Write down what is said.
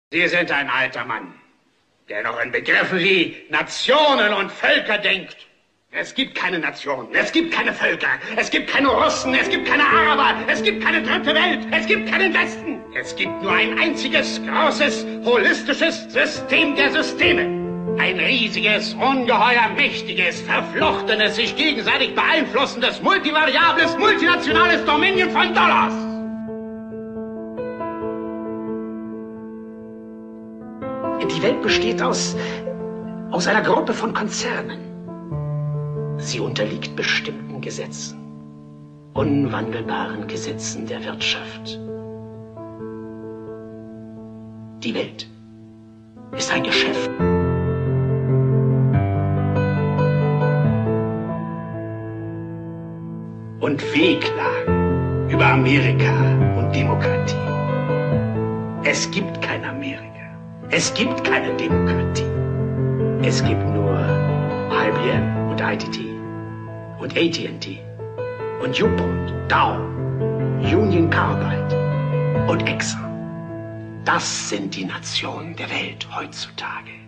Sie sind ein alter Mann, der noch in Begriffen wie Nationen und Völker denkt. Es gibt keine Nationen, es gibt keine Völker, es gibt keine Russen, es gibt keine Araber, es gibt keine dritte Welt, es gibt keinen Westen. Es gibt nur ein einziges, großes, holistisches System der Systeme. Ein riesiges, ungeheuer mächtiges, verflochtenes, sich gegenseitig beeinflussendes, multivariables, multinationales Dominion von Dollars. Die Welt besteht aus einer Gruppe von Konzernen. Sie unterliegt bestimmten Gesetzen, unwandelbaren Gesetzen der Wirtschaft. Die Welt ist ein Geschäft. Und Wehklagen über Amerika und Demokratie. Es gibt kein Amerika. Es gibt keine Demokratie. Es gibt nur IBM und ITT und AT&T und DuPont, Dow, Union Carbide und Exxon. Das sind die Nationen der Welt heutzutage.